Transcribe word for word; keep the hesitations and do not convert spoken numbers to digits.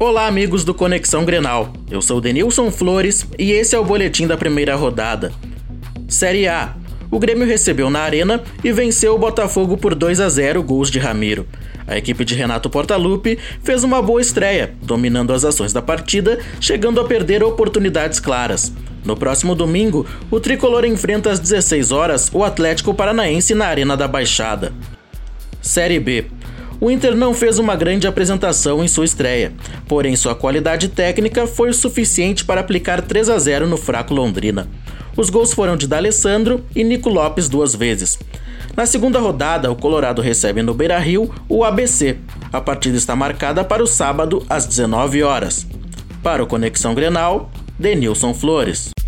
Olá, amigos do Conexão Grenal. Eu sou o Denilson Flores e esse é o boletim da primeira rodada. Série A. O Grêmio recebeu na Arena e venceu o Botafogo por dois a zero, gols de Ramiro. A equipe de Renato Portaluppi fez uma boa estreia, dominando as ações da partida, chegando a perder oportunidades claras. No próximo domingo, o tricolor enfrenta às dezesseis horas o Atlético Paranaense na Arena da Baixada. Série B. O Inter não fez uma grande apresentação em sua estreia, porém sua qualidade técnica foi o suficiente para aplicar três a zero no fraco Londrina. Os gols foram de D'Alessandro e Nico Lopes duas vezes. Na segunda rodada, o Colorado recebe no Beira-Rio o A B C. A partida está marcada para o sábado às dezenove horas. Para o Conexão Grenal, Denilson Flores.